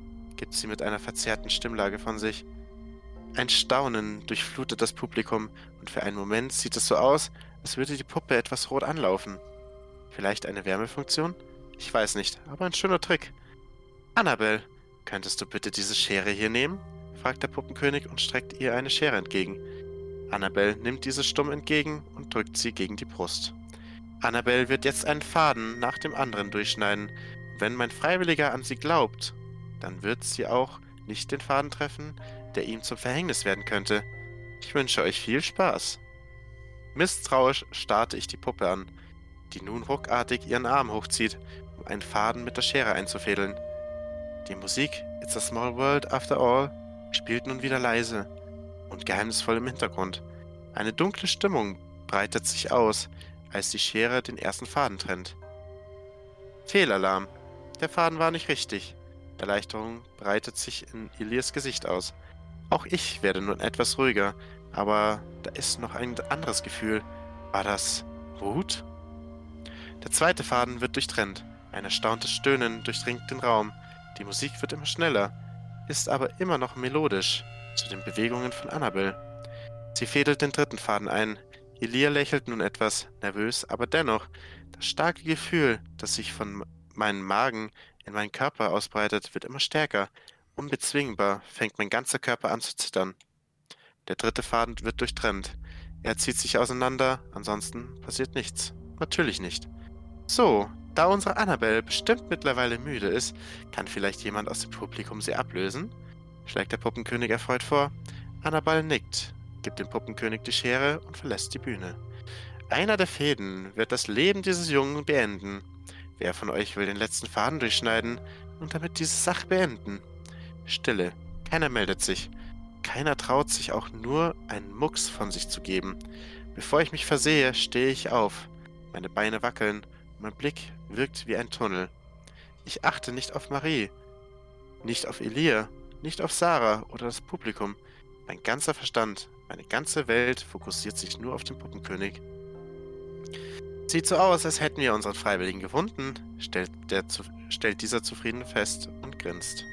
gibt sie mit einer verzerrten Stimmlage von sich. Ein Staunen durchflutet das Publikum und für einen Moment sieht es so aus, als würde die Puppe etwas rot anlaufen. Vielleicht eine Wärmefunktion? Ich weiß nicht, aber ein schöner Trick. Annabelle, könntest du bitte diese Schere hier nehmen? Fragt der Puppenkönig und streckt ihr eine Schere entgegen. Annabelle nimmt diese stumm entgegen und drückt sie gegen die Brust. Annabelle wird jetzt einen Faden nach dem anderen durchschneiden. Wenn mein Freiwilliger an sie glaubt, dann wird sie auch nicht den Faden treffen, der ihm zum Verhängnis werden könnte. Ich wünsche euch viel Spaß. Misstrauisch starrte ich die Puppe an, die nun ruckartig ihren Arm hochzieht, um einen Faden mit der Schere einzufädeln. Die Musik It's a Small World After All spielt nun wieder leise und geheimnisvoll im Hintergrund. Eine dunkle Stimmung breitet sich aus, als die Schere den ersten Faden trennt. Fehlalarm. Der Faden war nicht richtig. Erleichterung breitet sich in Ilias Gesicht aus. Auch ich werde nun etwas ruhiger, aber da ist noch ein anderes Gefühl. War das Wut? Der zweite Faden wird durchtrennt. Ein erstauntes Stöhnen durchdringt den Raum. Die Musik wird immer schneller, ist aber immer noch melodisch zu den Bewegungen von Annabelle. Sie fädelt den dritten Faden ein. Ilia lächelt nun etwas, nervös, aber dennoch. Das starke Gefühl, das sich von meinem Magen in meinen Körper ausbreitet, wird immer stärker. Unbezwingbar fängt mein ganzer Körper an zu zittern. Der dritte Faden wird durchtrennt. Er zieht sich auseinander, ansonsten passiert nichts. Natürlich nicht. So, da unsere Annabelle bestimmt mittlerweile müde ist, kann vielleicht jemand aus dem Publikum sie ablösen? Schlägt der Puppenkönig erfreut vor. Annabelle nickt, gibt dem Puppenkönig die Schere und verlässt die Bühne. Einer der Fäden wird das Leben dieses Jungen beenden. Wer von euch will den letzten Faden durchschneiden und damit diese Sache beenden? Stille. Keiner meldet sich. Keiner traut sich auch nur einen Mucks von sich zu geben. Bevor ich mich versehe, stehe ich auf. Meine Beine wackeln und mein Blick wirkt wie ein Tunnel. Ich achte nicht auf Marie, nicht auf Ilia, nicht auf Sarah oder das Publikum. Mein ganzer Verstand, meine ganze Welt fokussiert sich nur auf den Puppenkönig. Sieht so aus, als hätten wir unseren Freiwilligen gefunden, stellt, der, stellt dieser zufrieden fest und grinst.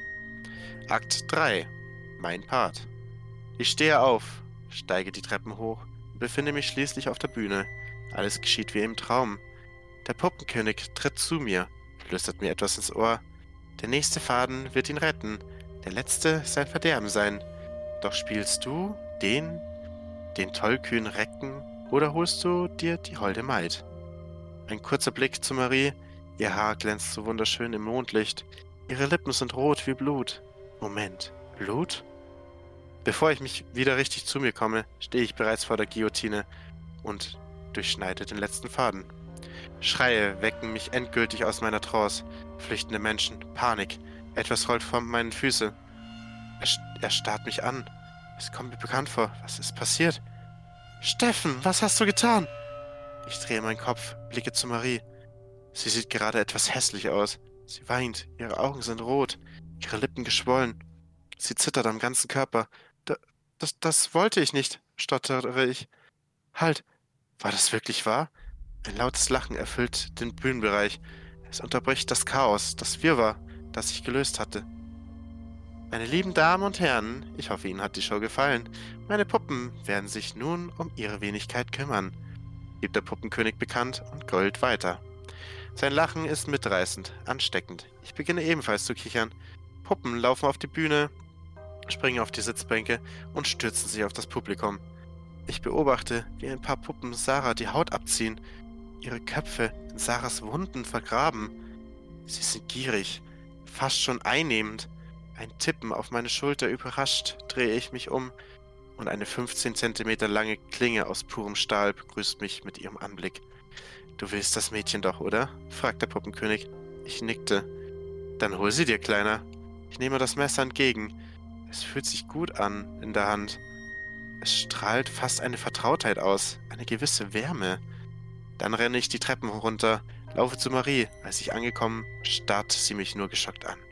Akt drei. Mein Part. Ich stehe auf, steige die Treppen hoch und befinde mich schließlich auf der Bühne. Alles geschieht wie im Traum. Der Puppenkönig tritt zu mir, flüstert mir etwas ins Ohr. Der nächste Faden wird ihn retten, der letzte sein Verderben sein. Doch spielst du den, den tollkühnen Recken, oder holst du dir die holde Maid? Ein kurzer Blick zu Marie, ihr Haar glänzt so wunderschön im Mondlicht, ihre Lippen sind rot wie Blut. Moment, Blut? Bevor ich mich wieder richtig zu mir komme, stehe ich bereits vor der Guillotine und durchschneide den letzten Faden. Schreie wecken mich endgültig aus meiner Trance. Flüchtende Menschen, Panik. Etwas rollt vor meinen Füßen. Er, er starrt mich an. Es kommt mir bekannt vor. Was ist passiert? Steffen, was hast du getan? Ich drehe meinen Kopf, blicke zu Marie. Sie sieht gerade etwas hässlich aus. Sie weint, ihre Augen sind rot, ihre Lippen geschwollen. Sie zittert am ganzen Körper. Da, das, das wollte ich nicht, stottere ich. Halt, war das wirklich wahr? Ein lautes Lachen erfüllt den Bühnenbereich. Es unterbricht das Chaos, das Wirrwarr, das ich gelöst hatte. Meine lieben Damen und Herren, ich hoffe, Ihnen hat die Show gefallen. Meine Puppen werden sich nun um ihre Wenigkeit kümmern, gibt der Puppenkönig bekannt und grölt weiter. Sein Lachen ist mitreißend, ansteckend. Ich beginne ebenfalls zu kichern. Puppen laufen auf die Bühne, springen auf die Sitzbänke und stürzen sich auf das Publikum. Ich beobachte, wie ein paar Puppen Sarah die Haut abziehen, ihre Köpfe in Sarahs Wunden vergraben. Sie sind gierig, fast schon einnehmend. Ein Tippen auf meine Schulter überrascht, drehe ich mich um und eine fünfzehn Zentimeter lange Klinge aus purem Stahl begrüßt mich mit ihrem Anblick. »Du willst das Mädchen doch, oder?« fragt der Puppenkönig. Ich nickte. »Dann hol sie dir, Kleiner.« Ich nehme das Messer entgegen. Es fühlt sich gut an in der Hand. Es strahlt fast eine Vertrautheit aus, eine gewisse Wärme. Dann renne ich die Treppen runter, laufe zu Marie. Als ich angekommen, starrt sie mich nur geschockt an.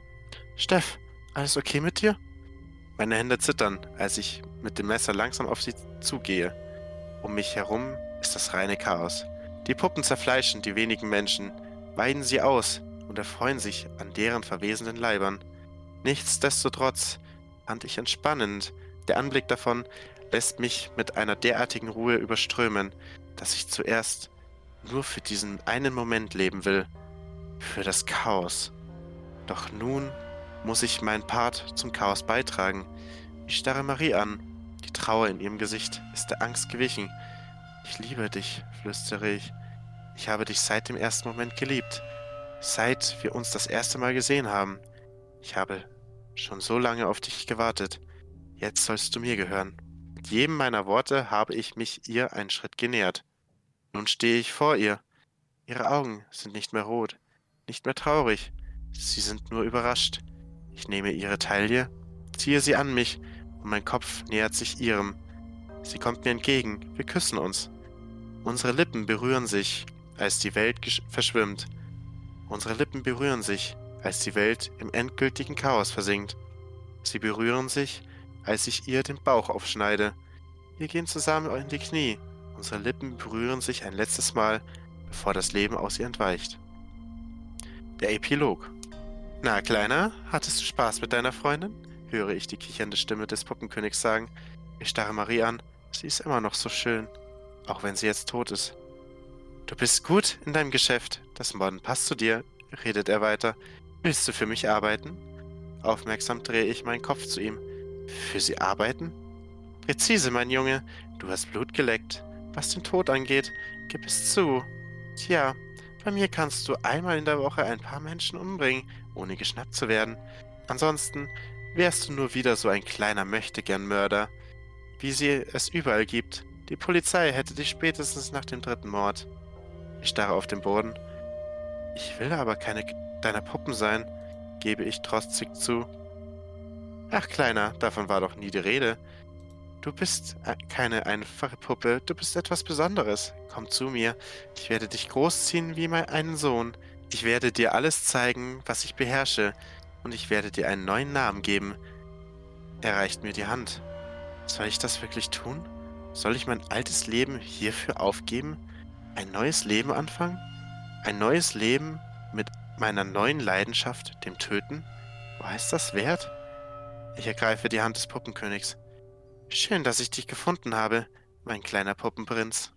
»Steff, alles okay mit dir?« Meine Hände zittern, als ich mit dem Messer langsam auf sie zugehe. Um mich herum ist das reine Chaos. Die Puppen zerfleischen die wenigen Menschen, weiden sie aus und erfreuen sich an deren verwesenden Leibern. Nichtsdestotrotz fand ich entspannend. Der Anblick davon lässt mich mit einer derartigen Ruhe überströmen, dass ich zuerst nur für diesen einen Moment leben will, für das Chaos. Doch nun muss ich meinen Part zum Chaos beitragen. Ich starre Marie an. Die Trauer in ihrem Gesicht ist der Angst gewichen. Ich liebe dich, flüstere ich. Ich habe dich seit dem ersten Moment geliebt. Seit wir uns das erste Mal gesehen haben. Ich habe schon so lange auf dich gewartet. Jetzt sollst du mir gehören. Mit jedem meiner Worte habe ich mich ihr einen Schritt genähert. Nun stehe ich vor ihr. Ihre Augen sind nicht mehr rot, nicht mehr traurig. Sie sind nur überrascht. Ich nehme ihre Taille, ziehe sie an mich und mein Kopf nähert sich ihrem. Sie kommt mir entgegen. Wir küssen uns. Unsere Lippen berühren sich, als die Welt gesch- verschwimmt. Unsere Lippen berühren sich, als die Welt im endgültigen Chaos versinkt. Sie berühren sich, als ich ihr den Bauch aufschneide. Wir gehen zusammen in die Knie. Unsere Lippen berühren sich ein letztes Mal, bevor das Leben aus ihr entweicht. Der Epilog. Na, Kleiner, hattest du Spaß mit deiner Freundin? Höre ich die kichernde Stimme des Puppenkönigs sagen. Ich starre Marie an. Sie ist immer noch so schön, auch wenn sie jetzt tot ist. Du bist gut in deinem Geschäft. Das Morden passt zu dir, redet er weiter. Willst du für mich arbeiten? Aufmerksam drehe ich meinen Kopf zu ihm. Für sie arbeiten? Präzise, mein Junge. Du hast Blut geleckt. Was den Tod angeht, gib es zu. Tja, bei mir kannst du einmal in der Woche ein paar Menschen umbringen, ohne geschnappt zu werden. Ansonsten wärst du nur wieder so ein kleiner Möchtegern-Mörder, wie sie es überall gibt. Die Polizei hätte dich spätestens nach dem dritten Mord. Ich starre auf den Boden. Ich will aber keine deiner Puppen sein, gebe ich trotzig zu. Ach, Kleiner, davon war doch nie die Rede. Du bist äh, keine einfache Puppe, du bist etwas Besonderes. Komm zu mir, ich werde dich großziehen wie mein, einen Sohn. Ich werde dir alles zeigen, was ich beherrsche, und ich werde dir einen neuen Namen geben. Er reicht mir die Hand. Soll ich das wirklich tun? Soll ich mein altes Leben hierfür aufgeben? Ein neues Leben anfangen? Ein neues Leben mit meiner neuen Leidenschaft, dem Töten? War es das wert? Ich ergreife die Hand des Puppenkönigs. Schön, dass ich dich gefunden habe, mein kleiner Puppenprinz.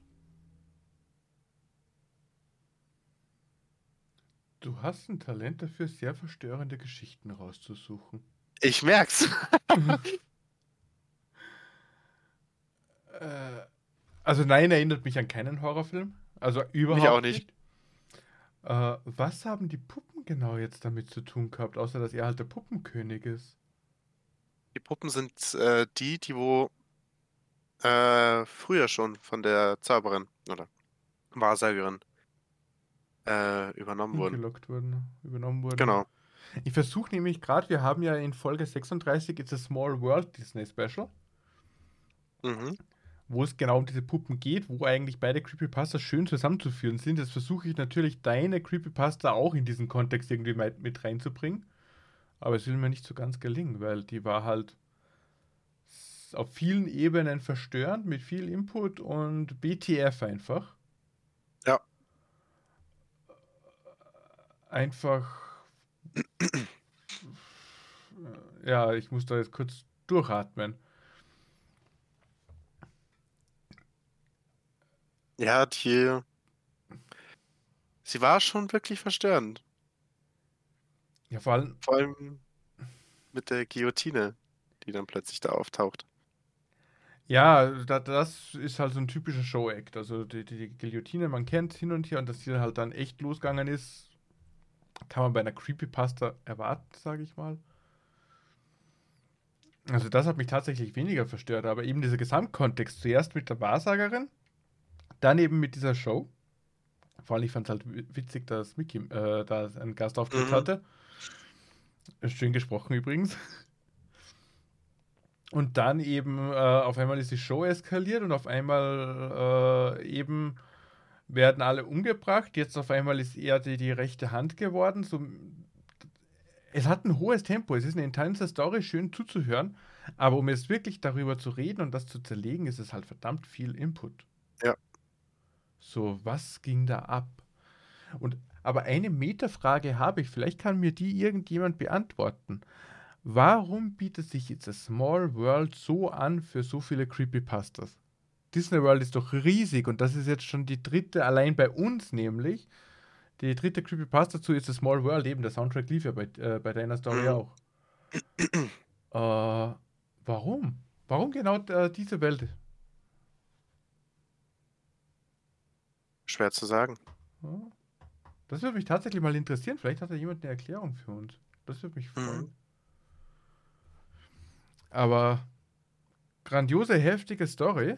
Du hast ein Talent dafür, sehr verstörende Geschichten rauszusuchen. Ich merk's. Äh, also nein, erinnert mich an keinen Horrorfilm. Also überhaupt Mich auch nicht. nicht. Äh, was haben die Puppen genau jetzt damit zu tun gehabt, außer dass er halt der Puppenkönig ist? Die Puppen sind äh, die, die wo äh, früher schon von der Zauberin oder Wahrsagerin äh, übernommen wurden. Hingelockt wurden, übernommen wurden. Genau. Ich versuche nämlich gerade, wir haben ja in Folge sechsunddreißig It's a Small World Disney Special, Mhm. wo es genau um diese Puppen geht, wo eigentlich beide Creepypastas schön zusammenzuführen sind. Jetzt versuche ich natürlich deine Creepypasta auch in diesen Kontext irgendwie mit mit reinzubringen. Aber es will mir nicht so ganz gelingen, weil die war halt s- auf vielen Ebenen verstörend, mit viel Input und B T F einfach. Ja. Einfach, ja, ich muss da jetzt kurz durchatmen. Ja, die. Sie war schon wirklich verstörend. Ja, vor allem, Vor allem mit der Guillotine, die dann plötzlich da auftaucht. ja, da, das ist halt so ein typischer Show-Act. Also die, die, die Guillotine, man kennt hin und her und dass die halt dann echt losgegangen ist, kann man bei einer Creepypasta erwarten, sage ich mal. Also das hat mich tatsächlich weniger verstört, aber eben dieser Gesamtkontext, zuerst mit der Wahrsagerin, dann eben mit dieser Show. Vor allem, ich fand es halt wi- witzig, dass Mickey äh, da einen Gastauftritt Mhm. hatte. Schön gesprochen übrigens. Und dann eben äh, auf einmal ist die Show eskaliert und auf einmal äh, eben werden alle umgebracht. Jetzt auf einmal ist er die, die rechte Hand geworden. So, es hat ein hohes Tempo. Es ist eine intense Story, schön zuzuhören. Aber um jetzt wirklich darüber zu reden und das zu zerlegen, ist es halt verdammt viel Input. Ja. So, was ging da ab? Und aber eine Metafrage habe ich, vielleicht kann mir die irgendjemand beantworten. Warum bietet sich jetzt a Small World so an für so viele Creepypastas? Disney World ist doch riesig und das ist jetzt schon die dritte, allein bei uns nämlich. Die dritte Creepypasta zu ist a Small World, eben der Soundtrack lief ja bei, äh, bei deiner Story Mhm. auch. Äh, warum? Warum genau äh, diese Welt? Schwer zu sagen. Ja, das würde mich tatsächlich mal interessieren. Vielleicht hat da jemand eine Erklärung für uns. Das würde mich freuen. Mhm. Aber grandiose, heftige Story.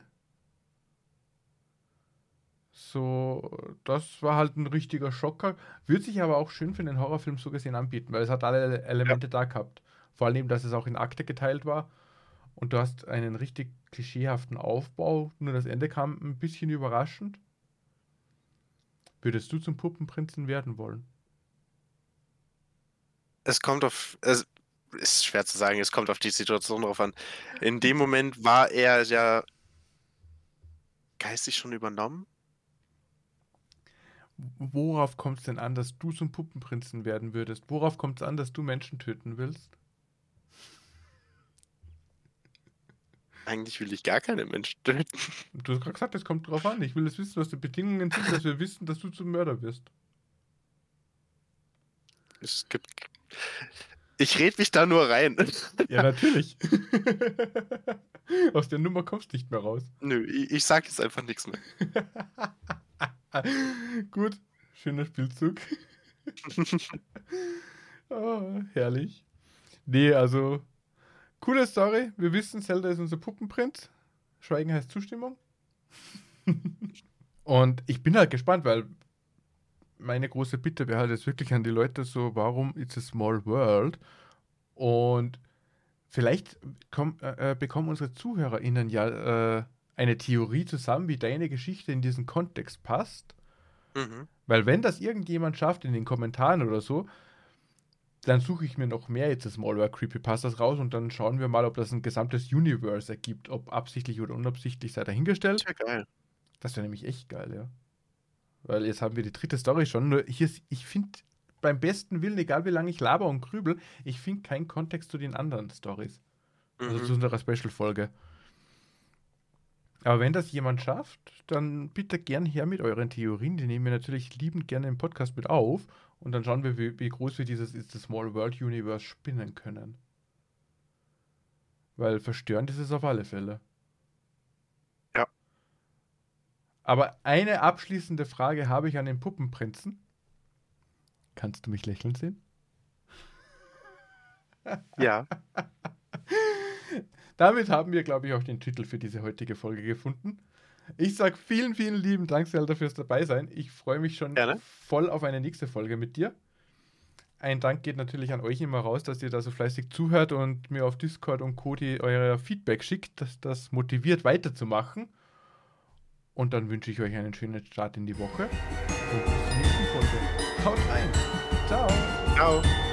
So, das war halt ein richtiger Schocker. Würde sich aber auch schön für einen Horrorfilm so gesehen anbieten, weil es hat alle Ele- Ja. Elemente da gehabt. Vor allem, dass es auch in Akte geteilt war und du hast einen richtig klischeehaften Aufbau, nur das Ende kam ein bisschen überraschend. Würdest du zum Puppenprinzen werden wollen? Es kommt auf. Es ist schwer zu sagen, es kommt auf die Situation drauf an. In dem Moment war er ja geistig schon übernommen. Worauf kommt es denn an, dass du zum Puppenprinzen werden würdest? Worauf kommt es an, dass du Menschen töten willst? Eigentlich will ich gar keine Menschen töten. Du hast gerade gesagt, es kommt drauf an. Ich will jetzt wissen, was die Bedingungen sind, dass wir wissen, dass du zum Mörder wirst. Es gibt. Ich red mich da nur rein. Ja, natürlich. Aus der Nummer kommst du nicht mehr raus. Nö, ich, ich sag jetzt einfach nichts mehr. Gut, schöner Spielzug. Oh, herrlich. Nee, also, coole Story. Wir wissen, Zelda ist unser Puppenprinz. Schweigen heißt Zustimmung. Und ich bin halt gespannt, weil meine große Bitte wäre halt jetzt wirklich an die Leute so, warum It's a Small World? Und vielleicht komm, äh, äh, bekommen unsere ZuhörerInnen ja äh, eine Theorie zusammen, wie deine Geschichte in diesen Kontext passt. Mhm. Weil wenn das irgendjemand schafft in den Kommentaren oder so, dann suche ich mir noch mehr jetzt das Malware Creepypastas raus und dann schauen wir mal, ob das ein gesamtes Universe ergibt, ob absichtlich oder unabsichtlich, sei dahingestellt. Tja, geil. Das wäre nämlich echt geil, ja. Weil jetzt haben wir die dritte Story schon. Nur hier, ist- ich finde beim besten Willen, egal wie lange ich laber und grübel, ich finde keinen Kontext zu den anderen Stories. Also zu Mhm. unserer Special-Folge. Aber wenn das jemand schafft, dann bitte gern her mit euren Theorien. Die nehmen wir natürlich liebend gerne im Podcast mit auf. Und dann schauen wir, wie, wie groß wir dieses It's a Small World Universe spinnen können. Weil verstörend ist es auf alle Fälle. Ja. Aber eine abschließende Frage habe ich an den Puppenprinzen. Kannst du mich lächeln sehen? Ja. Damit haben wir, glaube ich, auch den Titel für diese heutige Folge gefunden. Ich sage vielen, vielen lieben Dank, Zelda, fürs Dabeisein. Ich freue mich schon Gerne. voll auf eine nächste Folge mit dir. Ein Dank geht natürlich an euch immer raus, dass ihr da so fleißig zuhört und mir auf Discord und Cody euer Feedback schickt, dass das motiviert weiterzumachen. Und dann wünsche ich euch einen schönen Start in die Woche und bis zur nächsten Folge. Haut rein. Ciao. Ciao.